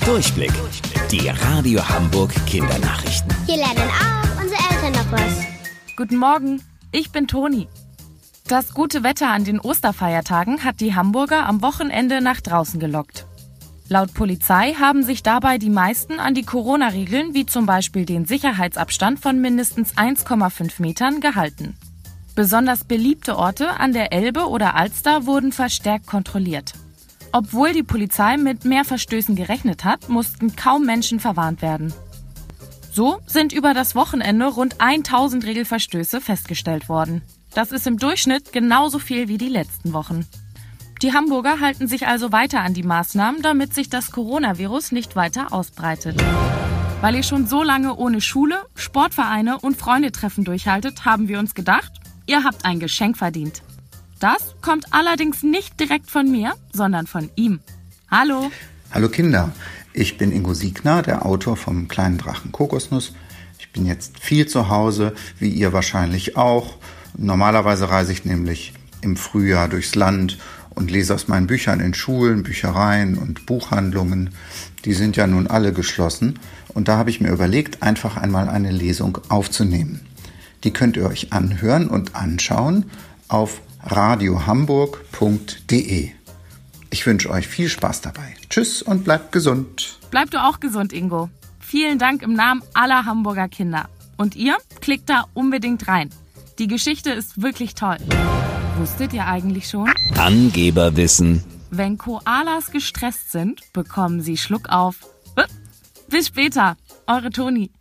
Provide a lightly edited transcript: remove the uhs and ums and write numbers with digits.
Durchblick. Die Radio Hamburg Kindernachrichten. Hier lernen auch unsere Eltern noch was. Guten Morgen, ich bin Toni. Das gute Wetter an den Osterfeiertagen hat die Hamburger am Wochenende nach draußen gelockt. Laut Polizei haben sich dabei die meisten an die Corona-Regeln, wie zum Beispiel den Sicherheitsabstand von mindestens 1,5 Metern, gehalten. Besonders beliebte Orte an der Elbe oder Alster wurden verstärkt kontrolliert. Obwohl die Polizei mit mehr Verstößen gerechnet hat, mussten kaum Menschen verwarnt werden. So sind über das Wochenende rund 1000 Regelverstöße festgestellt worden. Das ist im Durchschnitt genauso viel wie die letzten Wochen. Die Hamburger halten sich also weiter an die Maßnahmen, damit sich das Coronavirus nicht weiter ausbreitet. Weil ihr schon so lange ohne Schule, Sportvereine und Freundetreffen durchhaltet, haben wir uns gedacht, ihr habt ein Geschenk verdient. Das kommt allerdings nicht direkt von mir, sondern von ihm. Hallo. Hallo Kinder, ich bin Ingo Siegner, der Autor vom kleinen Drachen Kokosnuss. Ich bin jetzt viel zu Hause, wie ihr wahrscheinlich auch. Normalerweise reise ich nämlich im Frühjahr durchs Land und lese aus meinen Büchern in Schulen, Büchereien und Buchhandlungen. Die sind ja nun alle geschlossen. Und da habe ich mir überlegt, einfach einmal eine Lesung aufzunehmen. Die könnt ihr euch anhören und anschauen auf radiohamburg.de. Ich wünsche euch viel Spaß dabei. Tschüss und bleibt gesund. Bleib du auch gesund, Ingo. Vielen Dank im Namen aller Hamburger Kinder. Und ihr, klickt da unbedingt rein. Die Geschichte ist wirklich toll. Wusstet ihr eigentlich schon? Angeberwissen. Wenn Koalas gestresst sind, bekommen sie Schluckauf. Bis später, eure Toni.